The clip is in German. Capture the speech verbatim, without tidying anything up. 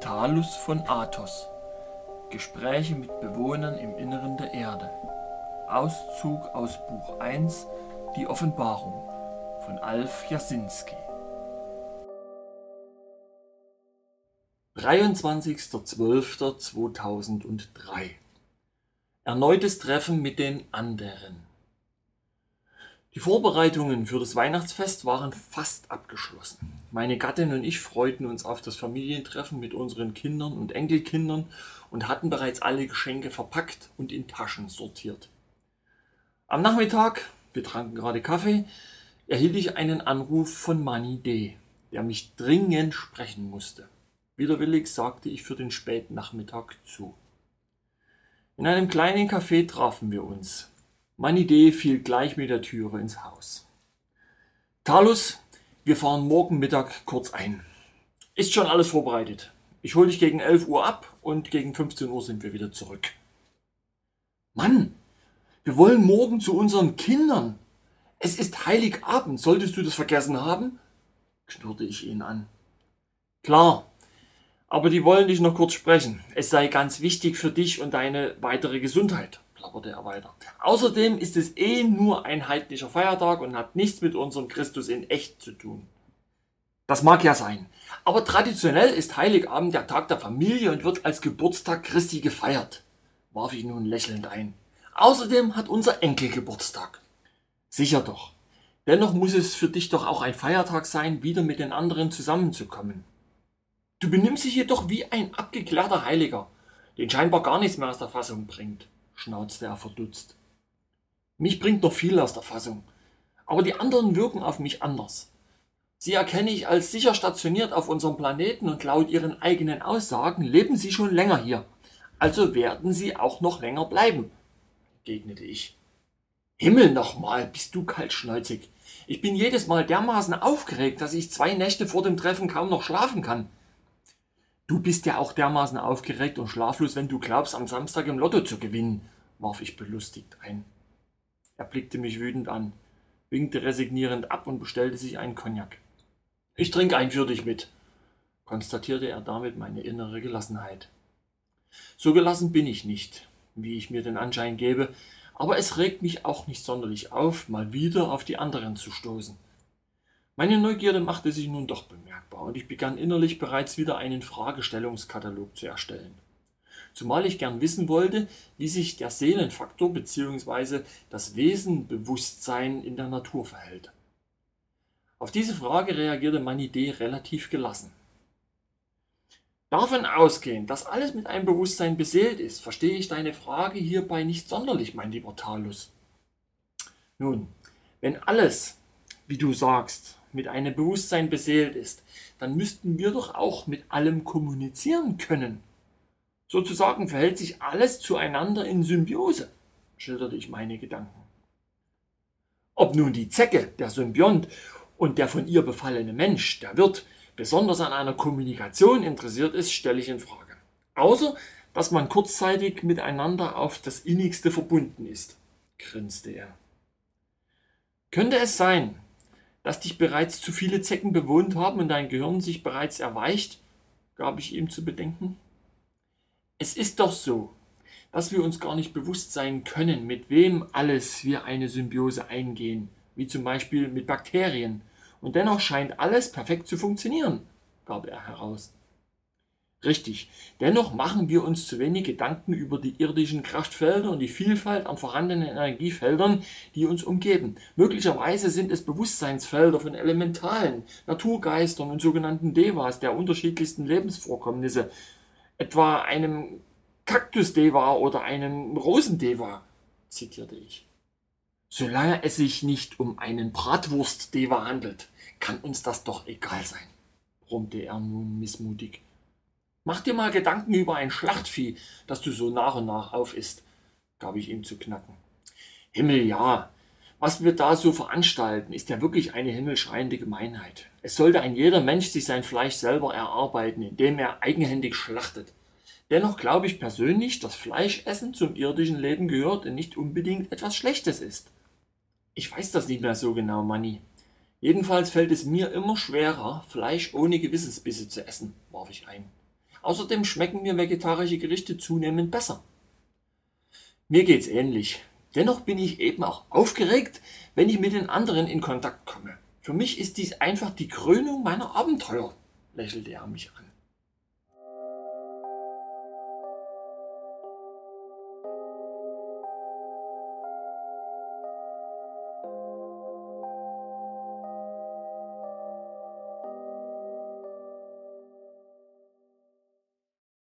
Talus von Athos. Gespräche mit Bewohnern im Inneren der Erde. Auszug aus Buch eins, Die Offenbarung von Alf Jasinski. dreiundzwanzigster zwölfter zweitausenddrei. Erneutes Treffen mit den anderen. Die Vorbereitungen für das Weihnachtsfest waren fast abgeschlossen. Meine Gattin und ich freuten uns auf das Familientreffen mit unseren Kindern und Enkelkindern und hatten bereits alle Geschenke verpackt und in Taschen sortiert. Am Nachmittag, wir tranken gerade Kaffee, erhielt ich einen Anruf von Manny D., der mich dringend sprechen musste. Widerwillig sagte ich für den späten Nachmittag zu. In einem kleinen Café trafen wir uns. Manny D. fiel gleich mit der Türe ins Haus. Talus, wir fahren morgen Mittag kurz ein. Ist schon alles vorbereitet. Ich hole dich gegen elf Uhr ab und gegen fünfzehn Uhr sind wir wieder zurück. Mann, wir wollen morgen zu unseren Kindern. Es ist Heiligabend, solltest du das vergessen haben? Knurrte ich ihn an. Klar, aber die wollen dich noch kurz sprechen. Es sei ganz wichtig für dich und deine weitere Gesundheit, plapperte er weiter. Außerdem ist es eh nur ein heidnischer Feiertag und hat nichts mit unserem Christus in echt zu tun. Das mag ja sein, aber traditionell ist Heiligabend der Tag der Familie und wird als Geburtstag Christi gefeiert, warf ich nun lächelnd ein. Außerdem hat unser Enkel Geburtstag. Sicher doch. Dennoch muss es für dich doch auch ein Feiertag sein, wieder mit den anderen zusammenzukommen. Du benimmst dich jedoch wie ein abgeklärter Heiliger, den scheinbar gar nichts mehr aus der Fassung bringt, schnauzte er verdutzt. Mich bringt noch viel aus der Fassung, aber die anderen wirken auf mich anders. Sie erkenne ich als sicher stationiert auf unserem Planeten und laut ihren eigenen Aussagen leben sie schon länger hier. Also werden sie auch noch länger bleiben, entgegnete ich. Himmel nochmal, bist du kaltschnäuzig. Ich bin jedes Mal dermaßen aufgeregt, dass ich zwei Nächte vor dem Treffen kaum noch schlafen kann. Du bist ja auch dermaßen aufgeregt und schlaflos, wenn du glaubst, am Samstag im Lotto zu gewinnen, warf ich belustigt ein. Er blickte mich wütend an, winkte resignierend ab und bestellte sich einen Cognac. Ich trinke einen für dich mit, konstatierte er damit meine innere Gelassenheit. So gelassen bin ich nicht, wie ich mir den Anschein gebe, aber es regt mich auch nicht sonderlich auf, mal wieder auf die anderen zu stoßen. Meine Neugierde machte sich nun doch bemerkbar und ich begann innerlich bereits wieder einen Fragestellungskatalog zu erstellen. Zumal ich gern wissen wollte, wie sich der Seelenfaktor bzw. das Wesenbewusstsein in der Natur verhält. Auf diese Frage reagierte Manny D. relativ gelassen. Davon ausgehend, dass alles mit einem Bewusstsein beseelt ist, verstehe ich deine Frage hierbei nicht sonderlich, mein lieber Talus. Nun, wenn alles, wie du sagst, mit einem Bewusstsein beseelt ist, dann müssten wir doch auch mit allem kommunizieren können. Sozusagen verhält sich alles zueinander in Symbiose, schilderte ich meine Gedanken. Ob nun die Zecke, der Symbiont, und der von ihr befallene Mensch, der Wirt, besonders an einer Kommunikation interessiert ist, stelle ich in Frage. Außer, dass man kurzzeitig miteinander auf das Innigste verbunden ist, grinste er. Könnte es sein, dass dich bereits zu viele Zecken bewohnt haben und dein Gehirn sich bereits erweicht, gab ich ihm zu bedenken. Es ist doch so, dass wir uns gar nicht bewusst sein können, mit wem alles wir eine Symbiose eingehen, wie zum Beispiel mit Bakterien, und dennoch scheint alles perfekt zu funktionieren, gab er heraus. Richtig, dennoch machen wir uns zu wenig Gedanken über die irdischen Kraftfelder und die Vielfalt an vorhandenen Energiefeldern, die uns umgeben. Möglicherweise sind es Bewusstseinsfelder von Elementalen, Naturgeistern und sogenannten Devas der unterschiedlichsten Lebensvorkommnisse, etwa einem Kaktus-Deva oder einem Rosendeva, zitierte ich. Solange es sich nicht um einen Bratwurst-Deva handelt, kann uns das doch egal sein, brummte er nun missmutig. Mach dir mal Gedanken über ein Schlachtvieh, das du so nach und nach aufisst, gab ich ihm zu knacken. Himmel, ja, was wir da so veranstalten, ist ja wirklich eine himmelschreiende Gemeinheit. Es sollte ein jeder Mensch sich sein Fleisch selber erarbeiten, indem er eigenhändig schlachtet. Dennoch glaube ich persönlich, dass Fleischessen zum irdischen Leben gehört und nicht unbedingt etwas Schlechtes ist. Ich weiß das nicht mehr so genau, Manny. Jedenfalls fällt es mir immer schwerer, Fleisch ohne Gewissensbisse zu essen, warf ich ein. Außerdem schmecken mir vegetarische Gerichte zunehmend besser. Mir geht's ähnlich. Dennoch bin ich eben auch aufgeregt, wenn ich mit den anderen in Kontakt komme. Für mich ist dies einfach die Krönung meiner Abenteuer, lächelte er mich an.